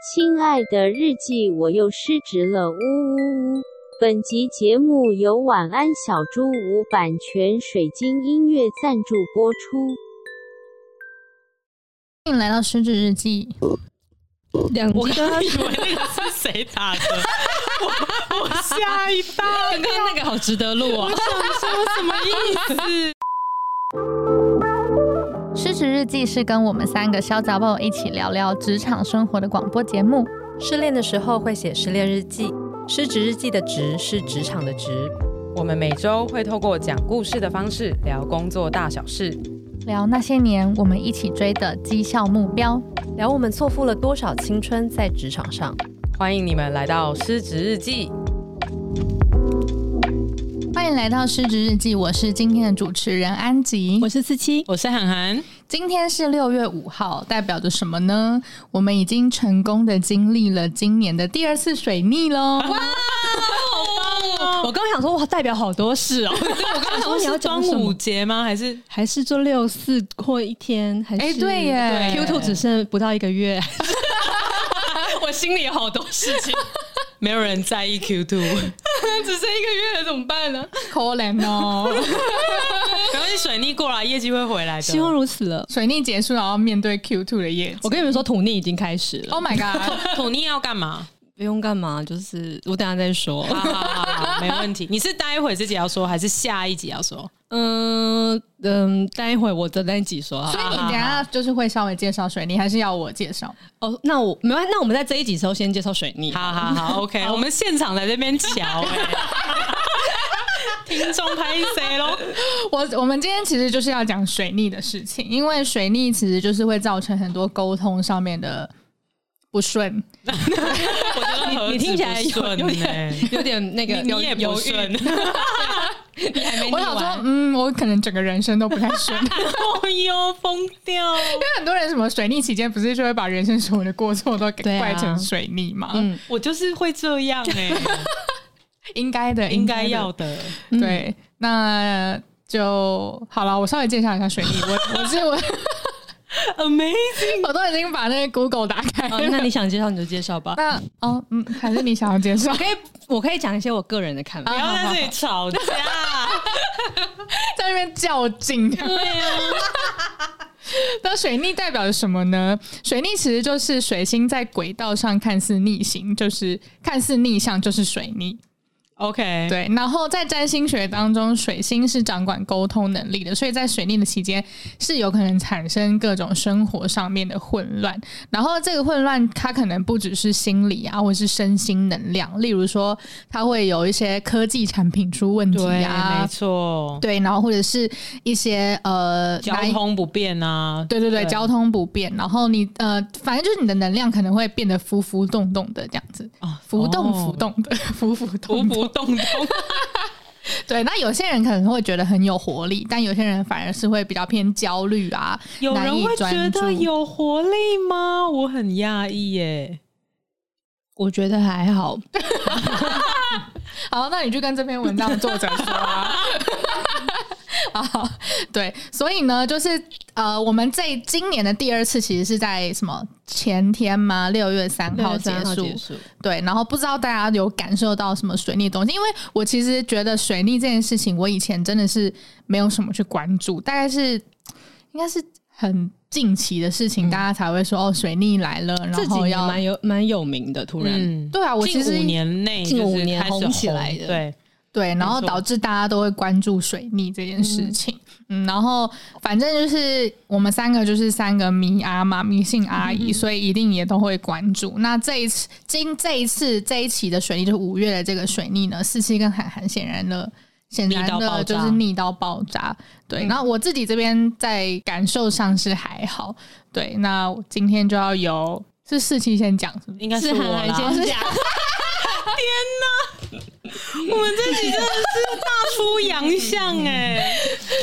亲爱的日记，我又失职了，呜呜呜！本集节目由晚安小猪无版权水晶音乐赞助播出。 欢迎来到失职日记。 两集我刚刚以为那个是谁打的，我吓一大跳。 刚刚那个好值得录啊！ 我想说什么意思？ 失职日记是跟我们三个小杂宝一起聊聊职场生活的广播节目。 失恋的时候会写失恋日记，失职日记的职是职场的职。 我们每周会透过讲故事的方式聊工作大小事， 聊那些年我们一起追的绩效目标， 聊我们错付了多少青春在职场上。 欢迎你们来到失职日记。 欢迎来到失职日记，我是今天的主持人安吉， 我是47， 我是涵涵。 今天是6月5号，代表着什么呢？我们已经成功的经历了今年的第2次水逆咯。哇，好棒哦！我刚刚想说，哇，代表好多事哦。我刚刚想说你要讲端午节吗？还是做6-4或一天？还是对耶 ，Q2 只剩不到1个月。我心里有好多事情。 没有人在意 Q2， 只剩1个月了，怎么办呢？ 可怜哦！ 没关系，水逆过来，业绩会回来的。 希望如此了。 水逆结束，然后面对 Q2 的业绩。 我跟你们说，土逆已经开始了。 Oh my god！ 土逆要干嘛？ 不用干嘛，就是我等一下再说。 好，没问题。你是待会自己要说，还是下一集要说？ 待会我的那一集说。 所以你等一下就是会稍微介绍水逆，还是要我介绍？ 哦，那我没关系，那我们在这一集的时候先介绍水逆。 好 ，OK， 我们现场在这边瞧听众拍谁咯？ 我们今天其实就是要讲水逆的事情，因为水逆其实就是会造成很多沟通上面的不顺。 我觉得你听起来有点那个， 你也不顺。 你还没我想说，我可能整个人生都不太顺。 哎呦，疯掉！ 因为很多人什么水逆期间，不是就会把人生所有的过错都怪成水逆吗？ 我就是会这样应该的， 应该要的。 对，那就好了。我稍微介绍一下水逆，我。 Amazing！ 我都已经把那个 Google 打开了。 那你想介绍你就介绍吧。 那还是你想要介绍？ 我可以讲一些我个人的看法。 不要在这里吵架， 在那边较劲。 对啊。 那水逆代表着什么呢？水逆其实就是水星在轨道上看似逆行，就是看似逆向，就是水逆。 OK， 对，然后在占星学当中，水星是掌管沟通能力的，所以在水逆的期间是有可能产生各种生活上面的混乱。然后这个混乱，它可能不只是心理啊，或是身心能量。例如说，它会有一些科技产品出问题啊， 没错， 对，然后或者是一些交通不便啊， 对，交通不便，然后你反正就是你的能量可能会变得浮浮动动的这样子，浮动的，浮浮动动。对，那有些人可能会觉得很有活力，但有些人反而是会比较偏焦虑啊。 有人会觉得有活力吗？我很讶异耶。 我觉得还好。 好，那你就跟这篇文章的作者说啊。对，所以呢，就是我们今年的第2次其实是在什么前天吗？6月3号结束。对，然后不知道大家有感受到什么水逆的东西？因为我其实觉得水逆这件事情，我以前真的是没有什么去关注，大概是应该是很近期的事情，大家才会说水逆来了，然后要蛮有名的，突然。 对啊，我其实近5年内近5年开始红起来的， 对，然后导致大家都会关注水逆这件事情。然后反正就是我们3个就是3个迷信阿姨，所以一定也都会关注。那这一期的水逆就是5月的这个水逆呢，47跟涵涵显然的就是逆到爆炸。对，然后我自己这边在感受上是还好。对，那今天就要由是47先讲，是不是？ 应该是我啦， 先讲。 天哪！我们这集真的是大出洋相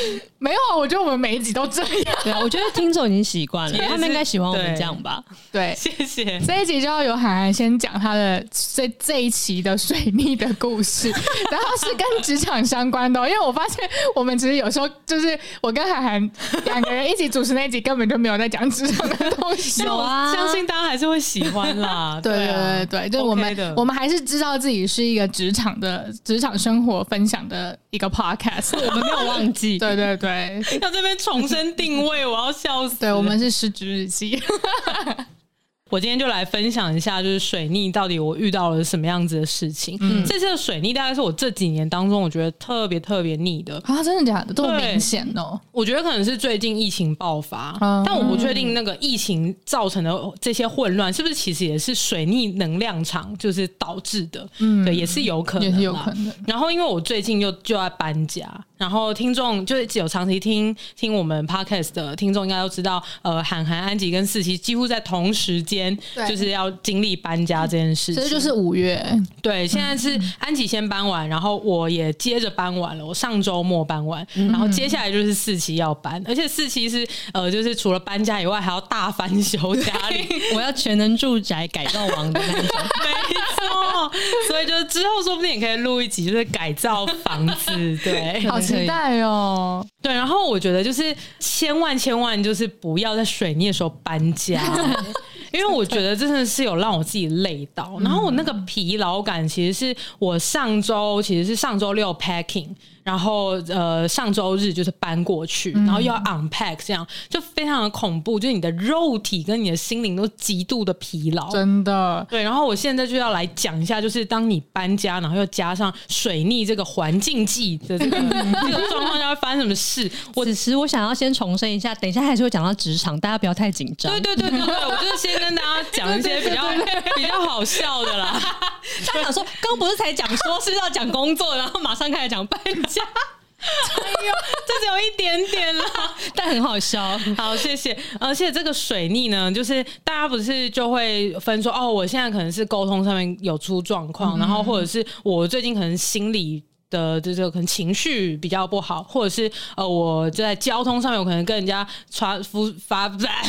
没有啊，我觉得我们每一集都这样。 对啊，我觉得听众已经习惯了，他们应该喜欢我们这样吧？ 对， 谢谢。 这一集就要由涵涵先讲他的这一期的水逆的故事，然后是跟职场相关的因为我发现我们其实有时候就是我跟涵涵两个人一起主持那一集，根本就没有在讲职场的东西。 有啊，相信大家还是会喜欢啦。 对，就是我们还是知道自己是一个职场生活分享的一个 podcast， 我们没有忘记。 对， 要这边重新定位，我要笑死。 对，我们是失职日记。 我今天就来分享一下，就是水逆到底我遇到了什么样子的事情。这次的水逆大概是我这几年当中我觉得特别逆的啊，真的假的？这么明显哦？ 我觉得可能是最近疫情爆发，但我不确定那个疫情造成的这些混乱是不是其实也是水逆能量场就是导致的。对，也是有可能， 也是有可能。 然后因为我最近就在搬家，然后听众就是有长期听我们 podcast 的听众应该都知道，涵涵、安吉跟四期几乎在同时间就是要经历搬家这件事情。 这就是5月。 对，现在是安吉先搬完，然后我也接着搬完了，我上周末搬完，然后接下来就是四期要搬，而且四期是就是除了搬家以外还要大翻修家里， 我要全能住宅改造王的那种。 没错，所以就是之后说不定也可以录一集，就是改造房子。对， 好期待哦。 对，然后我觉得就是千万就是不要在水逆的时候搬家。因为我觉得真的是有让我自己累到，然后我那个疲劳感其实是我上周六 packing， 然后上周日就是搬过去，然后又要 unpack， 这样就非常的恐怖，就是你的肉体跟你的心灵都极度的疲劳，真的。对，然后我现在就要来讲一下，就是当你搬家，然后又加上水逆这个环境剂的这个状况下会发生什么事。 此时我想要先重申一下，等一下还是会讲到职场，大家不要太紧张。 对，我就是先跟大家讲一些比较好笑的啦。 他想说，刚不是才讲说是要讲工作，然后马上开始讲搬家。 哎呦，这只有一点点啦， 但很好笑。 好，谢谢。而且这个水逆呢，就是大家不是就会分说，我现在可能是沟通上面有出状况，然后或者是我最近可能心理的这个可能情绪比较不好，或者是我在交通上面我可能跟人家发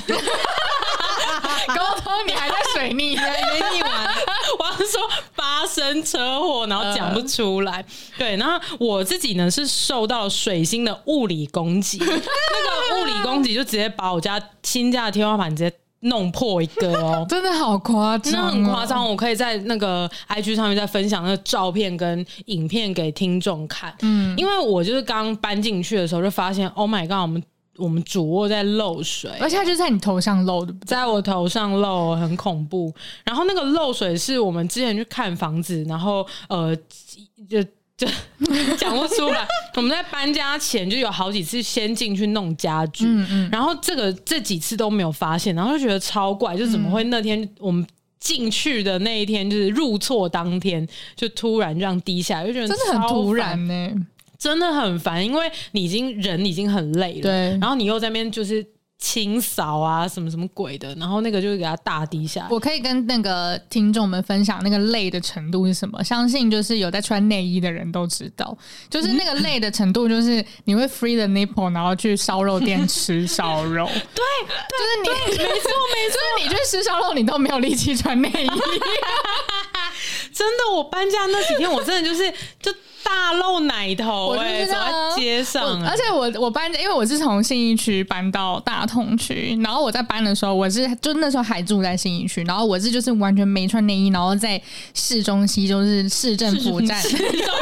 沟通，你还在水逆， 没逆完，我要说发生车祸，然后讲不出来。对，然后我自己呢是受到了水星的物理攻击，那个物理攻击就直接把我家新家的天花板直接弄破一个哦， 真的好夸张， 那很夸张。我可以在那个 IG 上面再分享那个照片跟影片给听众看。因为我就是刚搬进去的时候就发现 ，Oh my god，我们主卧在漏水， 而且它就在你头上漏，对不对？ 在我头上漏，很恐怖。然后那个漏水是我们之前去看房子，然后就讲不出来。我们在搬家前就有好几次先进去弄家具，然后这几次都没有发现，然后就觉得超怪，就怎么会那天我们进去的那一天，就是入错当天就突然这样滴下来，就觉得真的很突然呢。 真的很烦，因为人已经很累了，对，然后你又在那边就是清扫啊什么什么鬼的，然后那个就给它大滴下来。 我可以跟那个听众们分享那个累的程度是什么，相信就是有在穿内衣的人都知道，就是那个累的程度就是你会 free the nipple 然后去烧肉店吃烧肉对， 就是你没错就是你去吃烧肉你都没有力气穿内衣真的，我搬家那几天我真的就大露奶头，走在街上。 而且我搬家，因为我是从信义区搬到大同区，然后我在搬的时候，就那时候还住在信义区，然后我就是完全没穿内衣，然后在市中心，就是市政府站， 市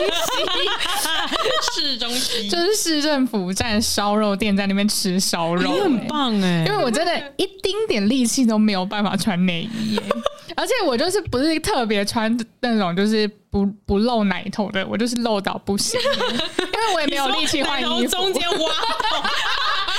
中心就是市政府站烧肉店，在那边吃烧肉， 你很棒哎！ 因为我真的一丁点力气都没有办法穿内衣，而且我就是不是特别穿那种就是不露奶头的，我就是露到不行，因为我也没有力气换衣服， 中间挖直接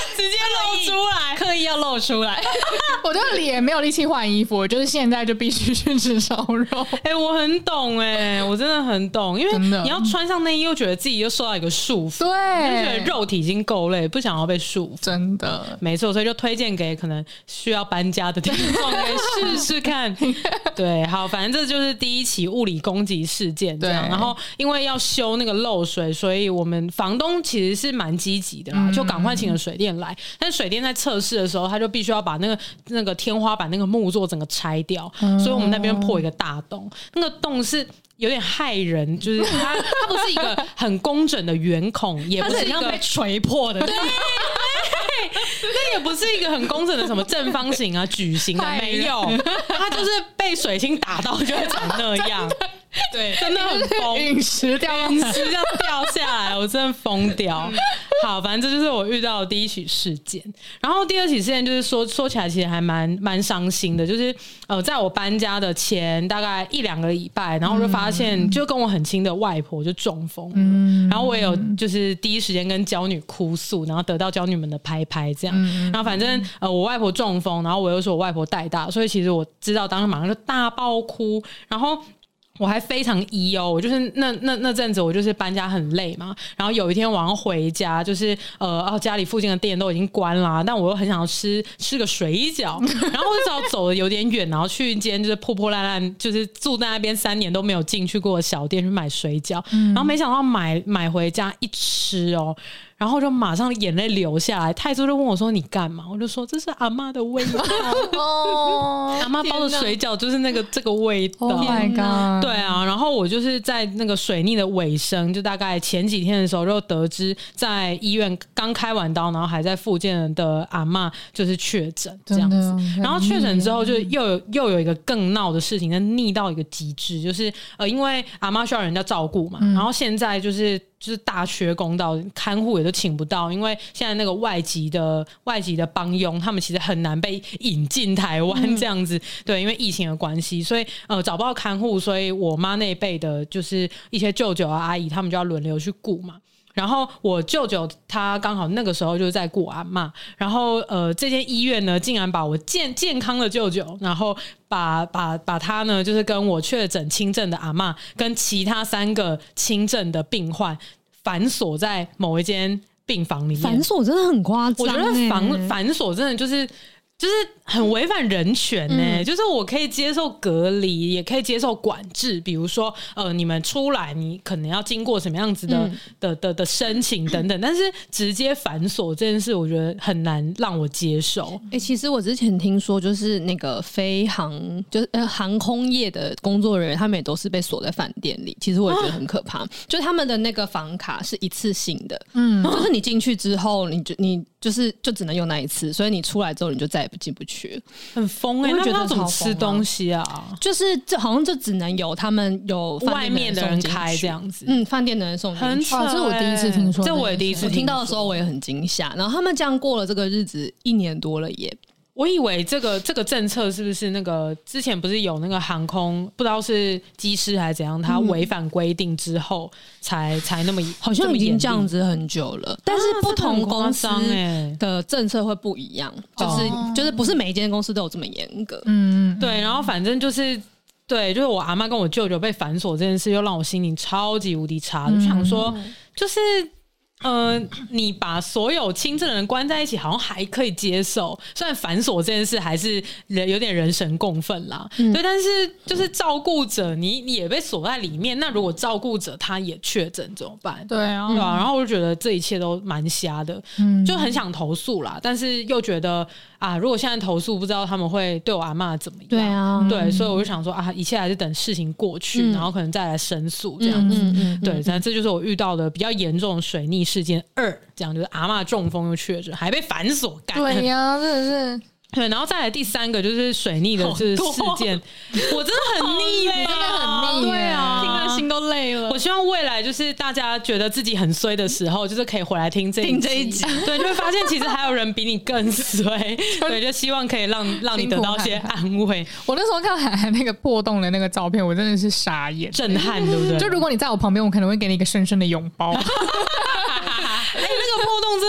露出来，刻意要露出来。 我的脸没有力气换衣服，我就是现在就必须去吃烧肉。 我很懂我真的很懂，因为你要穿上内衣，又觉得自己又受到一个束缚， 对， 就觉得肉体已经够累，不想要被束缚。 真的， 没错，所以就推荐给可能需要搬家的听众，可以试试看。对，好，反正这就是第一起物理攻击事件这样。然后因为要修那个漏水，所以我们房东其实是蛮积极的啦，就赶快请了水电来。但水电在测试的时候，他就必须要把那个天花板那个木座整个拆掉，所以我们那边破一个大洞，那个洞是有点害人，就是它不是一个很工整的圆孔，也不是一个它是像被锤破的。 那也不是一个很工整的什么正方形啊、矩形的，没有，它就是被水星打到就会长那样。对，真的很疯， 陨石掉陨石这样掉下来，我真的疯掉。好，反正这就是我遇到的第一起事件。然后第二起事件就是说起来其实还蛮伤心的，就是在我搬家的前大概1-2个礼拜，然后我就发现就跟我很亲的外婆就中风了，然后我也有就是第一时间跟娇女哭诉，然后得到娇女们的拍这样。然后反正我外婆中风，然后我又说我外婆带大，所以其实我知道当时马上就大爆哭，然后我还非常疑我就是那阵子我就是搬家很累嘛，然后有一天晚上回家，就是家里附近的店都已经关啦，但我又很想要吃个水饺，然后我就只好走的有点远，然后去一间就是破破烂烂，就是住在那边3年都没有进去过的小店去买水饺，然后没想到买回家一吃然后就马上眼泪流下来，太叔就问我说你干嘛，我就说这是阿嬷的味道阿嬷包的水饺就是这个味道。 Oh my god， 对啊，然后我就是在那个水逆的尾声，就大概前几天的时候就得知在医院刚开完刀，然后还在复健的阿嬷就是确诊这样子。然后确诊之后就又有一个更闹的事情，逆到一个极致，就是因为阿嬷需要人家照顾嘛，然后现在就是大缺公道，看护也都请不到，因为现在那个外籍的帮佣他们其实很难被引进台湾这样子，对，因为疫情的关系，所以找不到看护，所以我妈那一辈的就是一些舅舅啊阿姨他们就要轮流去顾嘛。然后我舅舅他刚好那个时候就是在顾阿嬷，然后这间医院呢竟然把我健康的舅舅，然后把他呢就是跟我确诊轻症的阿嬷跟其他3个轻症的病患反锁在某一间病房里面。 反锁真的很夸张， 我觉得反锁真的就是很违反人权就是我可以接受隔离，也可以接受管制，比如说你们出来你可能要经过什么样子的申请等等，但是直接反锁这件事我觉得很难让我接受。 其实我之前听说就是那个航空业的工作人员他们也都是被锁在饭店里，其实我也觉得很可怕就是他们的那个房卡是一次性的，就是你进去之后就只能用那一次，所以你出来之后你就再也进不去， 很疯那他要怎么吃东西啊？ 就是这好像就只能有他们有外面的人开这样子， 饭店的人送进去。 这是我第一次听说， 这我也第一次听到的时候我也很惊吓。然后他们这样过了这个日子1年多了耶。 我以为这个政策是不是那个之前不是有那个航空不知道是机师还是怎样，他违反规定之后才那么好像已经这样子很久了，但是不同公司的政策会不一样，就是不是每一间公司都有这么严格。 对，然后反正就是我阿嬷跟我舅舅被反锁这件事，又让我心情超级无敌差，就想说就是你把所有轻症的人关在一起好像还可以接受，虽然反锁这件事还是有点人神共愤啦，对，但是就是照顾者你也被锁在里面，那如果照顾者他也确诊怎么办？ 对啊， 对啊，然后我就觉得这一切都蛮瞎的，就很想投诉啦，但是又觉得如果现在投诉不知道他们会对我阿嬷怎么样。 对啊， 对，所以我就想说一切还是等事情过去，然后可能再来申诉这样子。对，但这就是我遇到的比较严重的水逆事件2，这样就是阿嬷中风又确诊，还被反锁干。 对呀，真的是。 对，然后再来第3个就是水逆的就是事件，我真的很腻， 真的很腻， 对啊， 听了心都累了。 我希望未来就是大家觉得自己很衰的时候，就是可以回来听这一集，对，就会发现其实还有人比你更衰，对，就希望可以让你得到一些安慰。 我那时候看海涵那个破洞的那个照片，我真的是傻眼， 震撼，对不对？ 就如果你在我旁边，我可能会给你一个深深的拥抱。 那个破洞真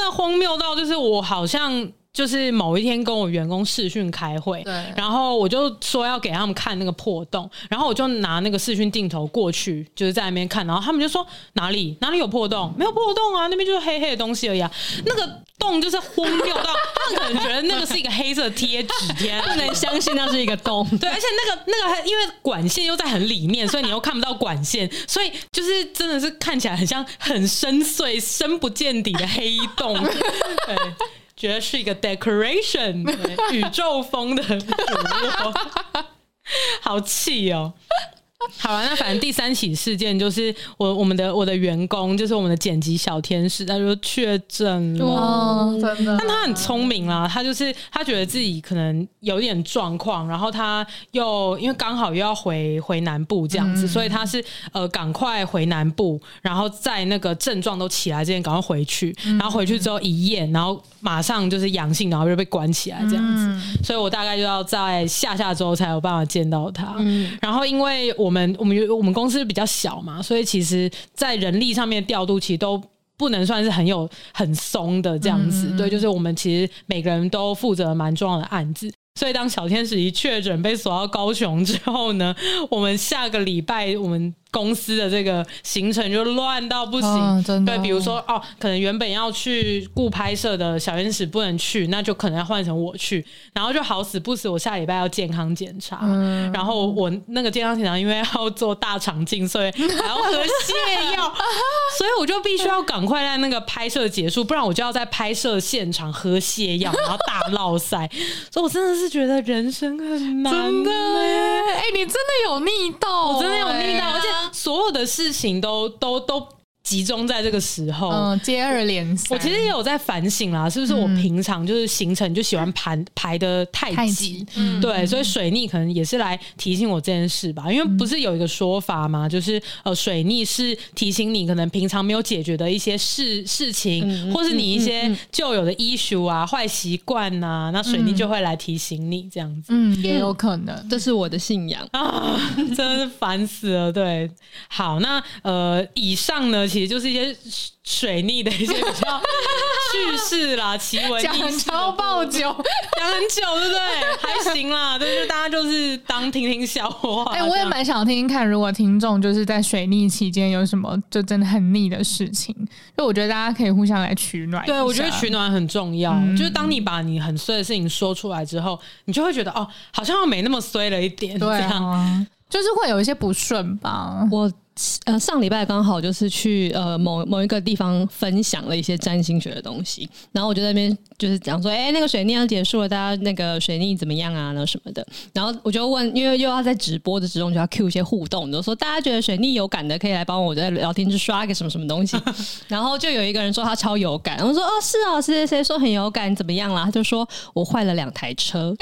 的荒谬到就是我好像就是某一天跟我员工视讯开会，然后我就说要给他们看那个破洞，然后我就拿那个视讯镜头过去，就是在那边看，然后他们就说哪里有破洞？没有破洞啊，那边就是黑黑的东西而已啊。那个洞就是荒谬到他们可能觉得那个是一个黑色贴纸，天不能相信那是一个洞。 对，而且那个因为管线又在很里面，所以你又看不到管线，所以就是真的是看起来很像很深邃、深不见底的黑洞。对。觉得是一个 decoration 宇宙风的主卧，好气哦！好了，那反正第3起事件就是我的员工，就是我们的剪辑小天使，他就确诊了， 真的。 但他很聪明啦，他觉得自己可能有点状况，然后他又因为刚好又要回南部这样子，所以他是赶快回南部，然后在那个症状都起来之前赶快回去，然后回去之后一验，然后马上就是阳性，然后就被关起来这样子，所以我大概就要在下周才有办法见到他。然后因为我们公司比较小嘛，所以其实在人力上面的调度其实都不能算是很松的这样子。对，就是我们其实每个人都负责蛮重要的案子，所以当小天使一确诊被锁到高雄之后呢，我们下个礼拜我们公司的这个行程就乱到不行。真的。对，比如说可能原本要去顾拍摄的小天使不能去，那就可能要换成我去，然后就好死不死我下礼拜要健康检查，然后我那个健康检查因为要做大肠镜，所以还要喝泻药，所以我就必须要赶快在那个拍摄结束，不然我就要在拍摄现场喝泻药，然后大落塞。所以我真的是觉得人生很难， 真的耶！你真的有逆到， 我真的有逆到，而且所有的事情都集中在这个时候， 接二连三。 我其实也有在反省啦，是不是我平常就是行程就喜欢排得太挤，对，所以水逆可能也是来提醒我这件事吧。因为不是有一个说法嘛，就是水逆是提醒你可能平常没有解决的一些事情，或是你一些旧有的issue啊、坏习惯啊，那水逆就会来提醒你这样子。 也有可能， 这是我的信仰啊，真的是烦死了。对，好，那以上呢，其实就是一些水逆的一些比较趣事啦，奇闻异事， 讲超爆久， 讲很久，对不对？还行啦，对，就大家就是当听听笑话。 我也蛮想听听看，如果听众就是在水逆期间有什么就真的很逆的事情，就我觉得大家可以互相来取暖一下。 对，我觉得取暖很重要，就是当你把你很衰的事情说出来之后，你就会觉得好像没那么衰了一点， 对啊， 这样就是会有一些不顺吧。 我上礼拜刚好就是去某一个地方分享了一些占星学的东西，然后我就在那边就是讲说，那个水逆要结束了，大家那个水逆怎么样啊，然后什么的，然后我就问，因为又要在直播的之中就要 cue 一些互动，就说大家觉得水逆有感的可以来帮我在聊天室刷一个什么什么东西，然后就有一个人说他超有感，我说是哦，谁说很有感，怎么样啦？他就说我坏了2台车。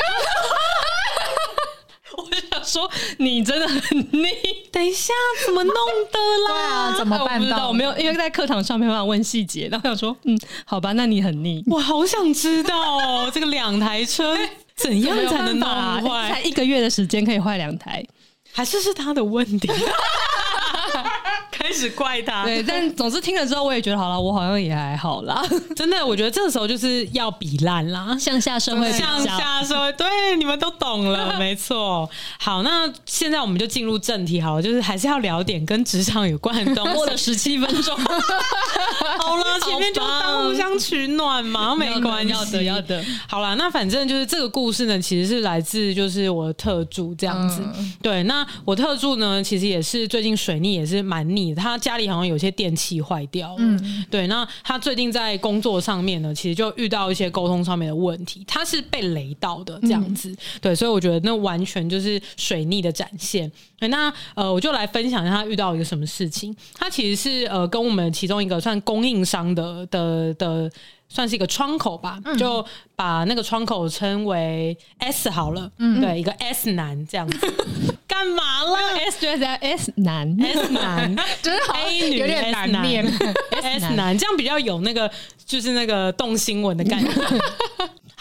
我就想说，你真的很逆。 等一下，怎么弄的啦？ 对啊，怎么办到？ 我不知道，我没有，因为在课堂上没办法问细节。然后我想说，好吧，那你很逆。 我好想知道这个2台车怎样才能弄坏？ 才1个月的时间可以坏2台， 还是他的问题？开始怪他。 对，但总之听了之后，我也觉得好了，我好像也还好啦。 真的，我觉得这个时候就是要比烂啦， 向下社会， 向下社会，对，你们都懂了，没错。好，那现在我们就进入正题好了，就是还是要聊点跟职场有关的东西。 过了17分钟， 好了，前面就当互相取暖嘛，没关系， 要的。 好啦，那反正就是这个故事呢，其实是来自就是我的特助这样子。对，那我特助呢，其实也是最近水逆也是蛮逆的，他家里好像有些电器坏掉了。对，那他最近在工作上面呢，其实就遇到一些沟通上面的问题，他是被雷到的这样子。对，所以我觉得那完全就是水逆的展现。那我就来分享一下他遇到一个什么事情。他其实是跟我们其中一个算供应商的算是一个窗口吧，就把那个窗口称为 S 好了，对，一个 S 男这样子。干嘛了 ？S 就是 S 男 ，S 男， 就是 A 女有点难念 ，S 男这样比较有那个就是那个动新闻的感觉。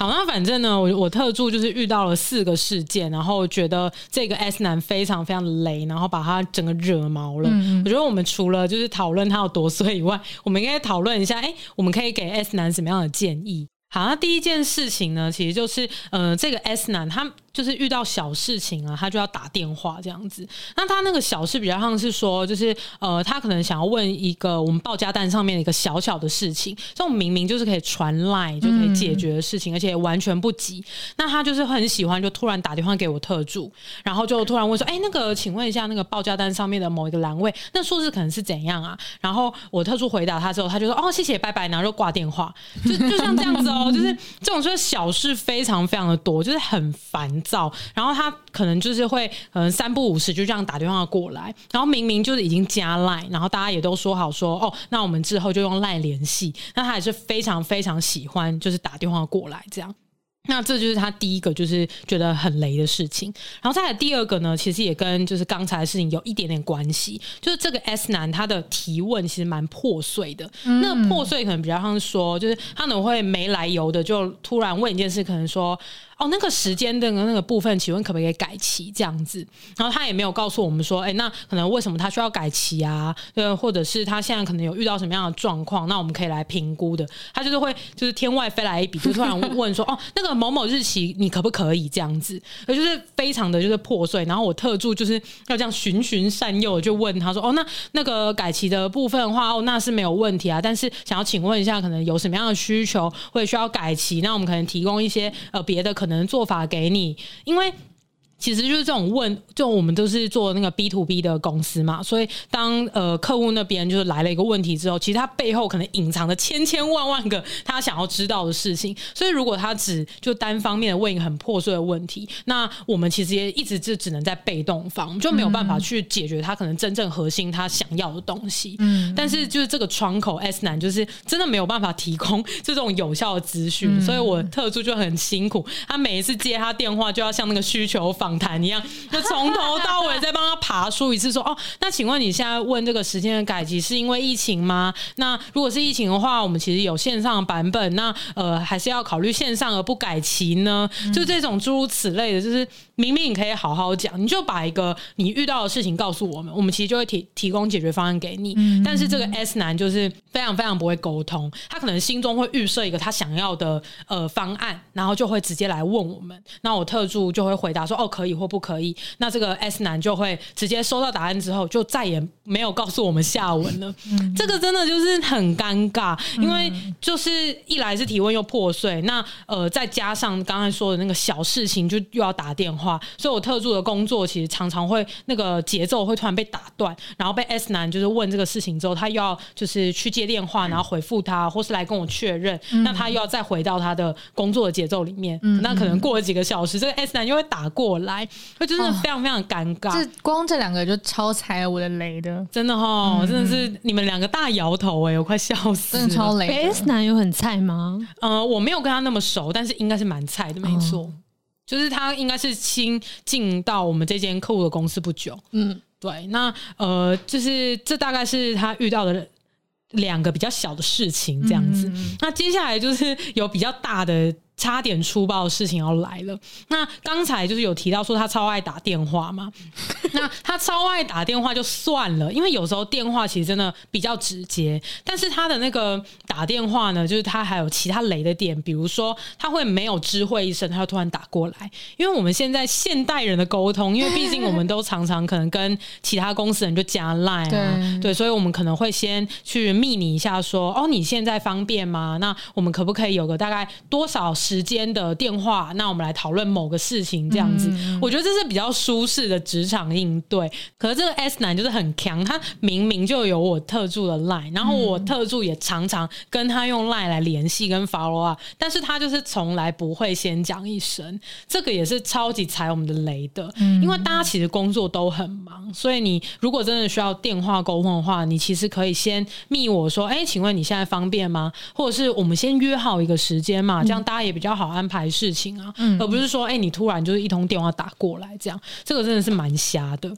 好，那反正呢，我特助就是遇到了4个事件，然后觉得这个 S 男非常非常的雷，然后把他整个惹毛了。我觉得我们除了就是讨论他有多衰以外，我们应该讨论一下，我们可以给 S 男什么样的建议？好，那第一件事情呢，其实就是这个 S 男他就是遇到小事情啊，他就要打电话这样子。那他那个小事比较像是说，就是他可能想要问一个我们报价单上面的一个小小的事情，这种明明就是可以传 LINE 就可以解决的事情，而且完全不急。那他就是很喜欢，就突然打电话给我特助，然后就突然问说：“那个，请问一下，那个报价单上面的某一个栏位，那数字可能是怎样啊？”然后我特助回答他之后，他就说：“哦，谢谢，拜拜。”然后就挂电话，就像这样子哦，就是这种就是小事非常非常的多，就是很烦躁。然后他可能就是会3不5时就这样打电话过来，然后明明就是已经加 LINE， 然后大家也都说好说哦，那我们之后就用 LINE 联系。那他也是非常非常喜欢就是打电话过来这样。那这就是他第一个就是觉得很雷的事情。然后再来第二个呢，其实也跟就是刚才的事情有一点点关系，就是这个 S 男他的提问其实蛮破碎的。那个破碎可能比较像是说，就是他可能会没来由的就突然问一件事，可能说那个时间的那个部分请问可不可以改期这样子。然后他也没有告诉我们说那可能为什么他需要改期啊，或者是他现在可能有遇到什么样的状况，那我们可以来评估的。他就是会就是天外飞来一笔，就突然问说那个某某日期你可不可以这样子，就是非常的就是破碎。然后我特助就是要这样循循善诱就问他说那个改期的部分的话那是没有问题啊，但是想要请问一下可能有什么样的需求会需要改期，那我们可能提供一些别的可能做法给你。因为其实就是这种就我们都是做那个 B2B 的公司嘛，所以当客户那边就是来了一个问题之后，其实他背后可能隐藏着千千万万个他想要知道的事情。所以如果他就单方面的问一个很破碎的问题，那我们其实也一直就只能在被动方，就没有办法去解决他可能真正核心他想要的东西。但是就是这个窗口 S 男就是真的没有办法提供这种有效的资讯，所以我特助就很辛苦，他每一次接他电话就要像那个需求访谈一样，就从头到尾再帮他爬梳一次说那请问你现在问这个时间的改期是因为疫情吗？那如果是疫情的话，我们其实有线上的版本，那还是要考虑线上而不改期呢？就这种诸如此类的，就是明明你可以好好讲，你就把一个你遇到的事情告诉我们，我们其实就会提供解决方案给你。但是这个 S 男就是非常非常不会沟通，他可能心中会预设一个他想要的方案，然后就会直接来问我们，那我特助就会回答说可以或不可以。那这个 S 男就会直接收到答案之后就再也没有告诉我们下文了。这个真的就是很尴尬，因为就是一来是提问又破碎，那再加上刚才说的那个小事情就又要打电话，所以我特助的工作其实常常会那个节奏会突然被打断，然后被 S 男就是问这个事情之后，他又要就是去接电话，然后回复他，或是来跟我确认，那他又要再回到他的工作的节奏里面。那可能过了几个小时，这个 S 男又会打过来，会真的非常非常尴尬。 光这两个就超踩我的雷的， 真的真的是你们两个大摇头我快笑死了， 真的超雷的。 S 男有很菜吗？ 我没有跟他那么熟，但是应该是蛮菜的，没错。就是他应该是新进到我们这间客户的公司不久。对，那就是这大概是他遇到的2个比较小的事情这样子。那接下来就是有比较大的差点出包的事情要来了。那刚才就是有提到说他超爱打电话嘛，那他超爱打电话就算了，因为有时候电话其实真的比较直接，但是他的那个打电话呢，就是他还有其他雷的点，比如说他会没有知会一声，他就突然打过来。因为我们现在现代人的沟通，因为毕竟我们都常常可能跟其他公司人就加 LINE 啊，对，所以我们可能会先去密你一下说你现在方便吗？那我们可不可以有个大概多少时间的电话，那我们来讨论某个事情这样子。我觉得这是比较舒适的职场应对。可是这个 S 男就是很强，他明明就有我特助的 LINE， 然后我特助也常常跟他用 LINE 来联系跟 follow up， 但是他就是从来不会先讲一声，这个也是超级踩我们的雷的。因为大家其实工作都很忙，所以你如果真的需要电话沟通的话，你其实可以先密我说请问你现在方便吗？或者是我们先约好一个时间嘛，这样大家也比较好安排事情啊，而不是说你突然就是一通电话打过来这样，这个真的是蛮瞎的。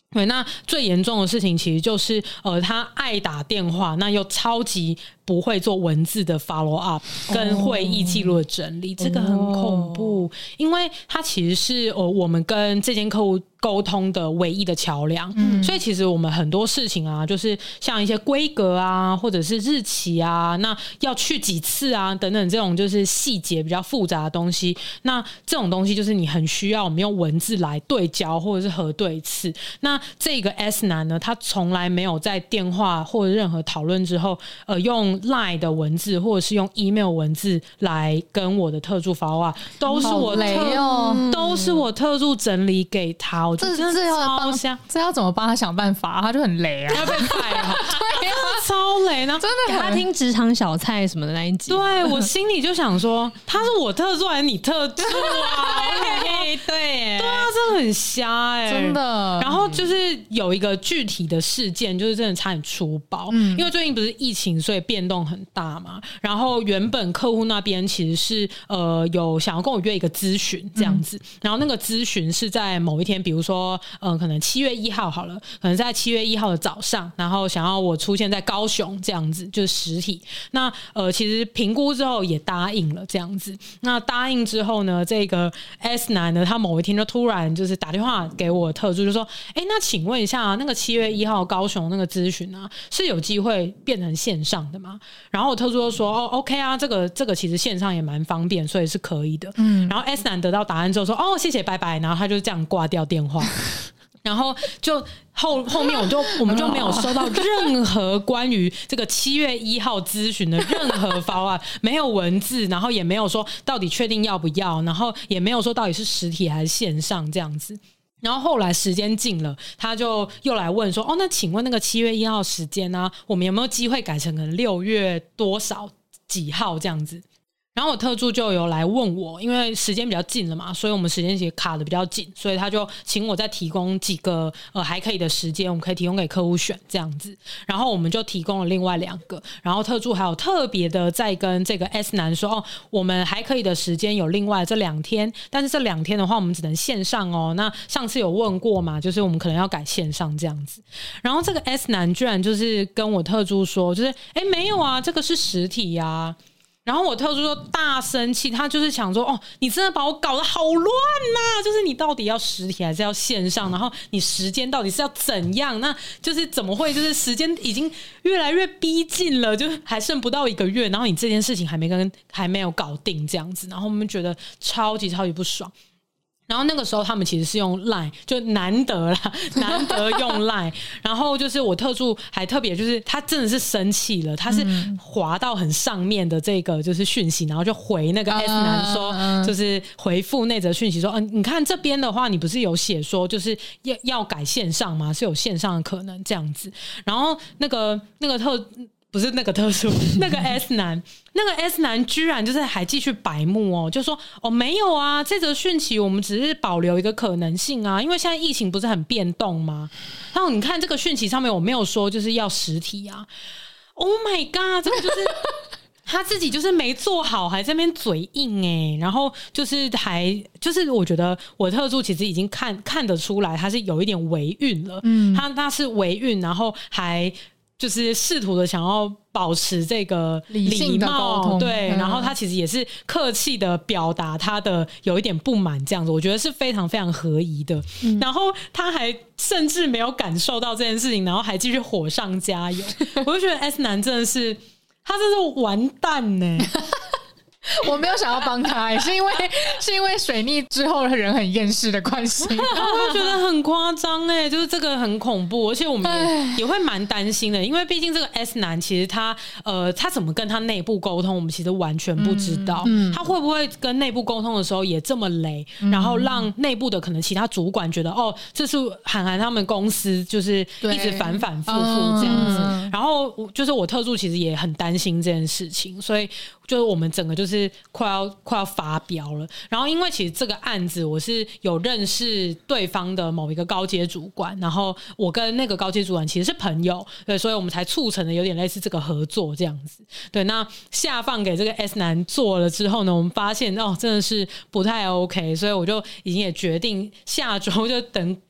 对，那最严重的事情其实就是他爱打电话，那又超级不会做文字的 follow up 跟会议记录的整理，这个很恐怖，因为他其实是我们跟这间客户沟通的唯一的桥梁，所以其实我们很多事情啊，就是像一些规格啊，或者是日期啊，那要去几次啊等等这种就是细节比较复杂的东西，那这种东西就是你很需要我们用文字来对焦或者是核对一次。那这个 S 男呢，他从来没有在电话或者任何讨论之后用 LINE 的文字或者是用 email 文字来跟我的特助follow up，都是我特助整理给他，我真的超香。 这要怎么帮他想办法？他就很雷啊， 要被派啊， 对啊， 超雷呢， 真的给他听职场小菜什么的那一集。 对，我心里就想说，他是我特助还是你特助啊？ 对啊，真的很瞎真的。 然后就是有一个具体的事件，就是真的差点出包，因为最近不是疫情，所以变动很大嘛。然后原本客户那边其实是有想要跟我约一个咨询这样子，然后那个咨询是在某一天，比如说可能7月1号好了，可能在7月1号的早上，然后想要我出现在高雄这样子，就是实体。那其实评估之后也答应了这样子。那答应之后呢，这个 S 男呢，他某一天就突然就是打电话给我特助，就说：“那请问一下，那个7月1号高雄那个咨询啊，是有机会变成线上的吗？”然后我特助就说：“哦 ，OK 啊，这个其实线上也蛮方便，所以是可以的。”然后 S 男得到答案之后说：“哦，谢谢，拜拜。”然后他就这样挂掉电话。然后就后面我们就没有收到任何关于这个7月1号咨询的任何follow up，没有文字，然后也没有说到底确定要不要，然后也没有说到底是实体还是线上这样子。然后后来时间近了，他就又来问说：“哦，那请问那个7月1号时间呢，我们有没有机会改成可能6月多少几号这样子？”然后我特助就有来问我，因为时间比较近了嘛，所以我们时间其实卡的比较紧，所以他就请我再提供几个还可以的时间，我们可以提供给客户选这样子。然后我们就提供了另外2个，然后特助还有特别的再跟这个 S 男说：“哦，我们还可以的时间有另外这2天，但是这2天的话我们只能线上哦。那上次有问过嘛，就是我们可能要改线上这样子。”然后这个 S 男居然就是跟我特助说，就是没有啊，这个是实体啊。然后我特助就大生气，他就是想说：“哦，你真的把我搞得好乱呐！就是你到底要实体还是要线上？然后你时间到底是要怎样？那就是怎么会就是时间已经越来越逼近了，就还剩不到1个月，然后你这件事情还没有搞定这样子，然后我们觉得超级不爽。”然后那个时候他们其实是用 LINE， 就难得用 LINE。然后就是我特助还特别就是他真的是生气了，他是滑到很上面的这个就是讯息，然后就回那个 S 男说，就是回复那则讯息说：“你看这边的话，你不是有写说就是要改线上吗？是有线上的可能这样子。”然后不是那个特殊，那个 S 男居然就是还继续白目哦，就说：“哦，没有啊，这则讯息我们只是保留一个可能性啊，因为现在疫情不是很变动吗？然后你看这个讯息上面我没有说就是要实体啊。Oh my god， 这个就是他自己就是没做好，还在那边嘴硬然后就是我觉得我特助其实已经看得出来他是有一点微韵了，他是微韵，然后还就是试图的想要保持这个理性的沟通， 对，然后他其实也是客气的表达他的有一点不满这样子，我觉得是非常合宜的。然后他还甚至没有感受到这件事情，然后还继续火上加油。我就觉得 S 男真的是完蛋呢。 我没有想要帮他，是因为水逆之后的人很厌世的关系。 我会觉得很夸张就是这个很恐怖，而且我们也会蛮担心的，因为毕竟这个 S 男其实他怎么跟他内部沟通，我们其实完全不知道。他会不会跟内部沟通的时候也这么雷，然后让内部的可能其他主管觉得哦，这是韩他们公司就是一直反复这样子。然后就是我特助其实也很担心这件事情，所以就是我们整个就是快要发飙了。然后因为其实这个案子我是有认识对方的某一个高阶主管，然后我跟那个高阶主管其实是朋友，对，所以我们才促成的有点类似这个合作这样子。对，那下放给这个 S 男做了之后呢，我们发现真的是不太 OK， 所以我就已经也决定下周就等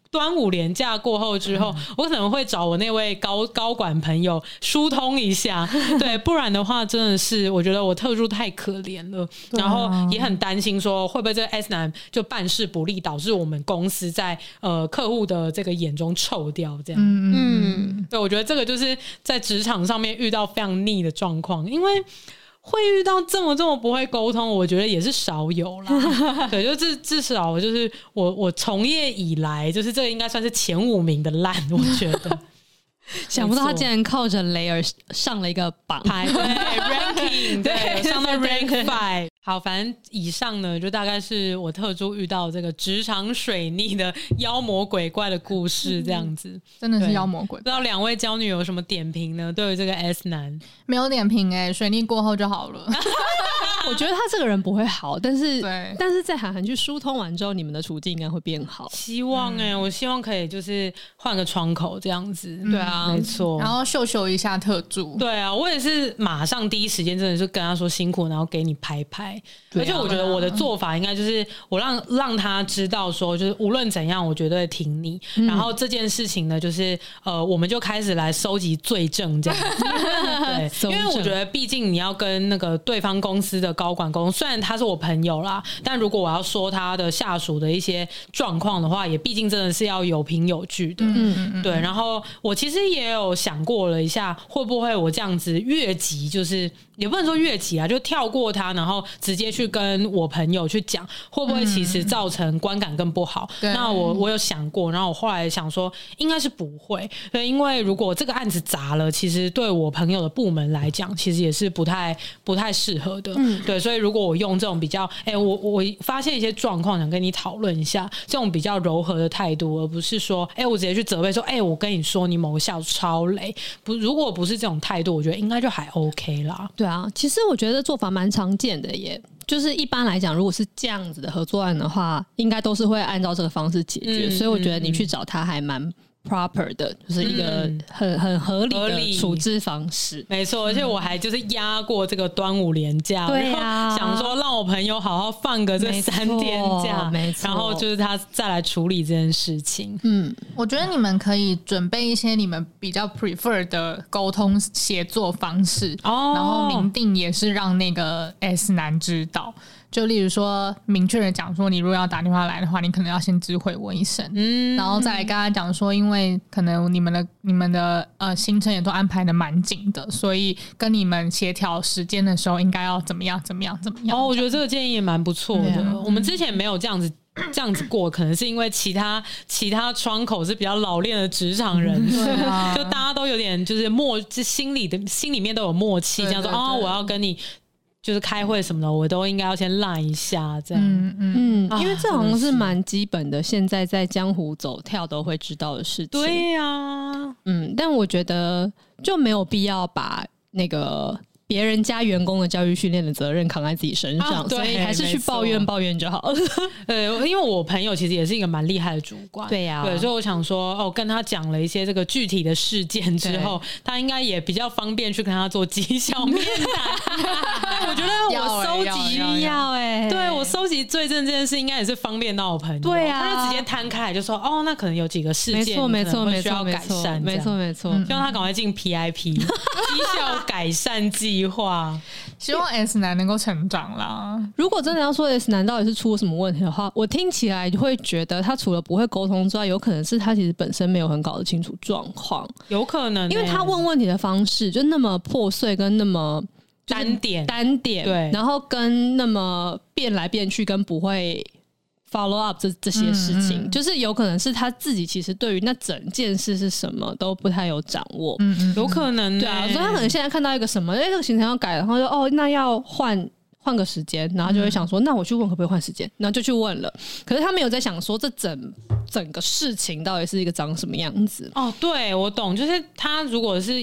端午连假过后之后，我可能会找我那位高管朋友疏通一下，对，不然的话真的是我觉得我特助太可怜了，然后也很担心说会不会这个 S 男就办事不力，导致我们公司在客户的这个眼中臭掉这样。对，我觉得这个就是在职场上面遇到非常腻的状况，因为会遇到这么不会沟通，我觉得也是少有啦。对，就至少就是我从业以来，就是这个应该算是前5名的烂，我觉得。 想不到他竟然靠着雷而上了一个榜牌，对 ranking， 对，上到 rank 5。好，反正以上呢，就大概是我特助遇到这个职场水逆的妖魔鬼怪的故事，这样子， 真的是妖魔鬼怪。 不知道2位娇女有什么点评呢？对于这个 S 男， 没有点评水逆过后就好了。 我觉得他这个人不会好，但是在韩寒去疏通完之后，你们的处境应该会变好。 希望我希望可以就是换个窗口这样子。对啊，没错。 然后秀一下特助。 对啊，我也是马上第一时间真的是跟他说辛苦，然后给你拍。而且我觉得我的做法应该就是我让他知道说，就是无论怎样，我绝对挺你。然后这件事情呢，就是我们就开始来收集罪证这样子。对，因为我觉得毕竟你要跟那个对方公司的高管沟通，虽然他是我朋友啦，但如果我要说他的下属的一些状况的话，也毕竟真的是要有凭有据的。对。然后我其实也有想过了一下，会不会我这样子越级，就是也不能说越级啊，就跳过他，然后直接去跟我朋友去讲，会不会其实造成观感更不好？那我有想过，然后我后来想说，应该是不会。对，因为如果这个案子砸了，其实对我朋友的部门来讲，其实也是不太适合的。对，所以如果我用这种比较，我发现一些状况，想跟你讨论一下，这种比较柔和的态度，而不是说，我直接去责备说，我跟你说，你某个下属超累。如果不是这种态度，我觉得应该就还 OK 啦。 对啊，其实我觉得做法蛮常见的耶。就是一般来讲，如果是这样子的合作案的话，应该都是会按照这个方式解决。所以我觉得你去找他还蛮 proper 的，就是一个很合理的处置方式。 没错，而且我还就是压过这个端午连假， 对啊， 想说让我朋友好好放个这3天假， 没错， 然后就是他再来处理这件事情。 我觉得你们可以准备一些你们比较 prefer 的沟通协作方式，然后明定也是让那个 S 男知道。就例如说明确的讲说，你如果要打电话来的话，你可能要先知会我一声，然后再来跟他讲说，因为可能你们的行程也都安排的蛮紧的，所以跟你们协调时间的时候应该要怎么样。 我觉得这个建议也蛮不错的。我们之前没有这样子过，可能是因为其他窗口是比较老练的职场人士，就大家都有点就是心里面都有默契，这样说我要跟你。就是开会什么的，我都应该要先赖一下，这样。 因为这好像是蛮基本的，现在在江湖走跳都会知道的事情。 对呀， 但我觉得就没有必要把那个别人家员工的教育训练的责任扛在自己身上，所以还是去抱怨就好了。 因为我朋友其实也是一个蛮厉害的主管， 对呀， 对，所以我想说，跟他讲了一些这个具体的事件之后，他应该也比较方便去跟他做绩效面谈。我觉得我收集对我收集罪证这件事，应该也是方便到我朋友。 对啊， 他就直接摊开来就说，那可能有几个事件， 没错， 需要改善， 没错。 希望他赶快进 PIP 绩效改善计划。 希望 S 男能够成长啦。 如果真的要说 S 男到底是出了什么问题的话，我听起来会觉得他除了不会沟通之外，有可能是他其实本身没有很搞得清楚状况， 有可能因为他问问题的方式就那么破碎跟那么单点， 对，然后跟那么变来变去，跟不会 follow up 这些事情，就是有可能是他自己其实对于那整件事是什么都不太有掌握， 有可能对啊，所以他可能现在看到一个什么，这个行程要改，然后就那要换个时间，然后就会想说，那我去问可不可以换时间，然后就去问了。可是他没有在想说这整个事情到底是一个长什么样子。 对，我懂，就是他如果是以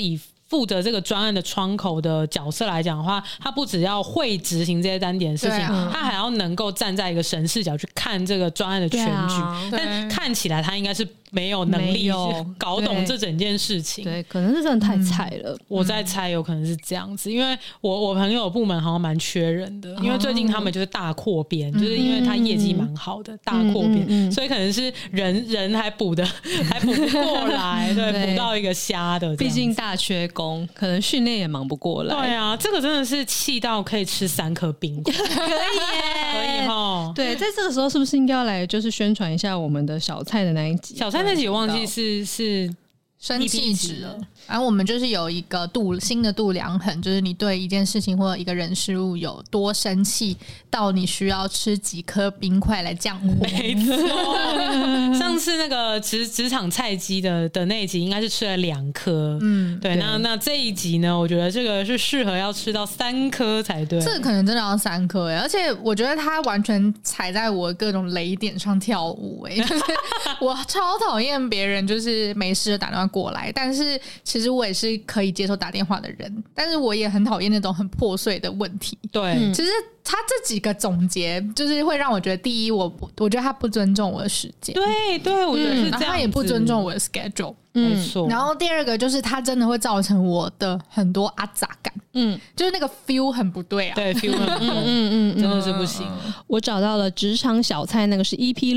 负责这个专案的窗口的角色来讲的话，他不只要会执行这些单点的事情，他还要能够站在一个神视角去看这个专案的全局。但看起来他应该是没有能力搞懂这整件事情。 对，可能是真的太菜了。 我在猜有可能是这样子，因为我朋友部门好像蛮缺人的，因为最近他们就是大扩编，就是因为他业绩蛮好的，大扩编，所以可能是人还补不过来，对，补到一个瞎的， 毕竟大缺工，可能训练也忙不过来。 对啊，这个真的是气到可以吃3颗冰块，可以耶，可以齁。 对，在这个时候是不是应该要来就是宣传一下我们的小菜的那一集？ 小菜那集我忘记是生气值了。然后我们就是有一个新的度量衡，就是你对一件事情或者一个人事物有多生气，到你需要吃几颗冰块来降火。 没错，上次那个职场菜鸡的那一集应该是吃了2颗，对。那这一集呢，我觉得这个是适合要吃到3颗才对。 这个可能真的要3颗而且我觉得他完全踩在我各种雷点上跳舞就是我超讨厌别人就是没事打电话过来，但是其实我也是可以接受打电话的人，但是我也很讨厌那种很破碎的问题。 对， 其实他这几个总结就是会让我觉得，第一，我觉得他不尊重我的时间， 对，我觉得是这样子， 他也不尊重我的 schedule。 没错。 然后第二个就是他真的会造成我的很多阿杂感，就是那个 feel 很不对啊， 对 feel 很不对，真的是不行。 我找到了职场小菜，那个是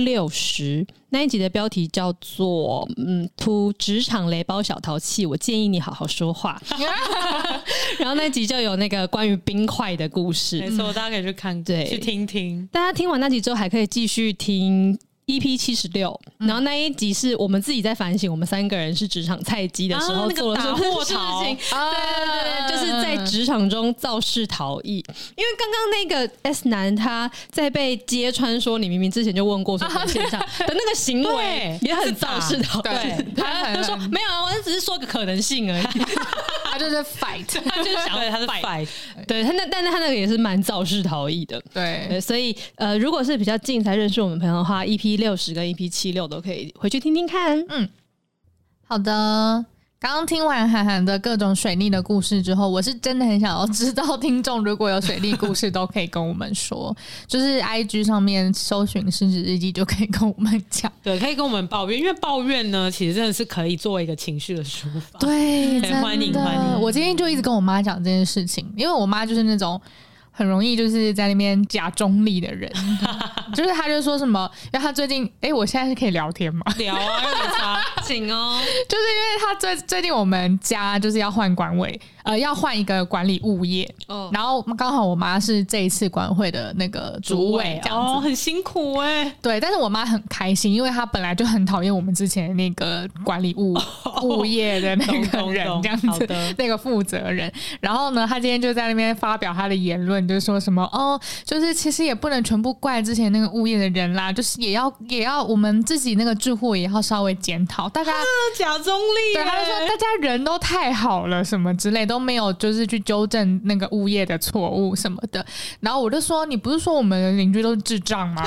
EP60那一集的标题叫做图职场雷包小淘气，我建议你好好说话。然后那一集就有那个关于冰块的故事， 没错，大家可以去看，对，去听听。 大家听完那集之后，还可以继续听EP76，然后那一集是我们自己在反省，我们3个人是职场菜鸡的时候做了什么事情。对，就是在职场中肇事逃逸。因为刚刚那个 S 男他在被揭穿说你明明之前就问过什么现象的那个行为，也很肇事逃逸。 对， 他就说没有，我只是说个可能性而已。 他就是 fight， 他就是想对，他是 fight。 对，但是他那个也是蛮肇事逃逸的。 对， 所以如果是比较近才认识我们朋友的话，EP60跟 EP76都可以回去听听看。 好的。刚刚听完韩寒的各种水逆的故事之后，我是真的很想要知道听众如果有水逆故事都可以跟我们说，就是 IG 上面搜寻失职日记就可以跟我们讲。 对，可以跟我们抱怨，因为抱怨呢其实真的是可以作为一个情绪的抒发。 对， 欢迎欢迎。 我今天就一直跟我妈讲这件事情，因为我妈就是那种很容易就是在那边假中立的人。就是他就说什么，因为他最近我现在是可以聊天吗？ 聊啊，有点差， 请哦。 就是因为他最近我们家就是要换管委，要换一个管理物业，然后刚好我妈是这一次管会的那个主委，这样子很辛苦对，但是我妈很开心，因为她本来就很讨厌我们之前那个管理物业的那个人，这样子那个负责人。然后呢，她今天就在那边发表她的言论，就是说什么就是其实也不能全部怪之前那个物业的人啦，就是也要我们自己那个住户也要稍微检讨，大家假中立。 对，他就说大家人都太好了，什么之类都没有，就是去纠正那个物业的错误什么的。然后我就说，你不是说我们的邻居都是智障吗？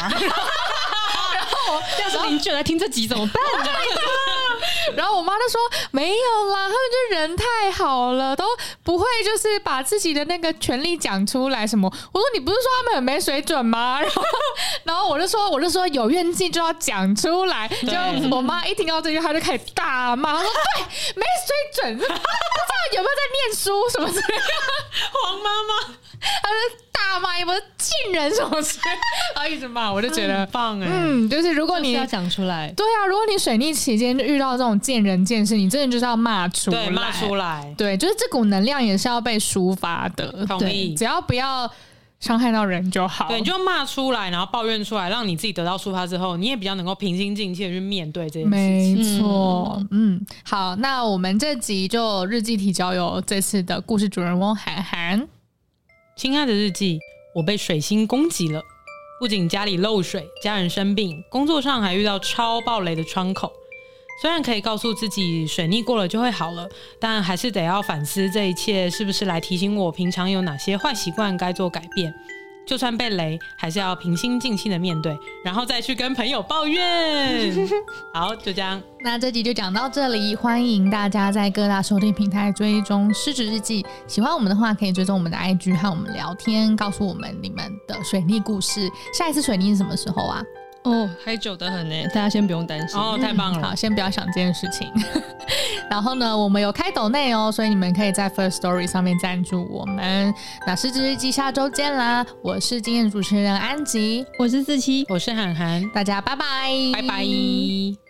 要是邻居来听这集怎么办呢？ 然后我妈就说没有啦，他们就人太好了，都不会就是把自己的那个权利讲出来什么。我说你不是说他们很没水准吗？然后我就说有怨气就要讲出来。就我妈一听到这句，她就开始大骂，说对，没水准，不知道有没有在念书什么之类的。 黄妈妈， 她就大骂有没有贱人什么之类的，然后一直骂，我就觉得很棒就是如果你要讲出来， 对啊，如果你水逆期间就遇到这种见人见事，你真的就是要骂出来， 对，骂出来， 对，就是这股能量也是要被抒发的， 同意， 只要不要伤害到人就好。 对，你就骂出来，然后抱怨出来，让你自己得到抒发之后，你也比较能够平心静气的去面对这件事情。 没错，好，那我们这集就日记提交由这次的故事主人翁韩寒。 亲爱的日记，我被水星攻击了，不仅家里漏水，家人生病，工作上还遇到超暴雷的窗口。虽然可以告诉自己水逆过了就会好了，但还是得要反思这一切是不是来提醒我平常有哪些坏习惯该做改变。 就算被雷，还是要平心静气的面对，然后再去跟朋友抱怨。好，就这样。 那这集就讲到这里，欢迎大家在各大收听平台追踪失职日记。喜欢我们的话，可以追踪我们的 IG 和我们聊天，告诉我们你们的水逆故事。下一次水逆是什么时候啊？ 还久得很呢，大家先不用担心。 太棒了。 好，先不要想这件事情。然后呢，我们有开抖内哦，所以你们可以在 First Story 上面赞助我们。那失职日记下周见啦！我是今天的主持人安吉， 我是47， 我是涵涵， 大家拜拜， 拜拜。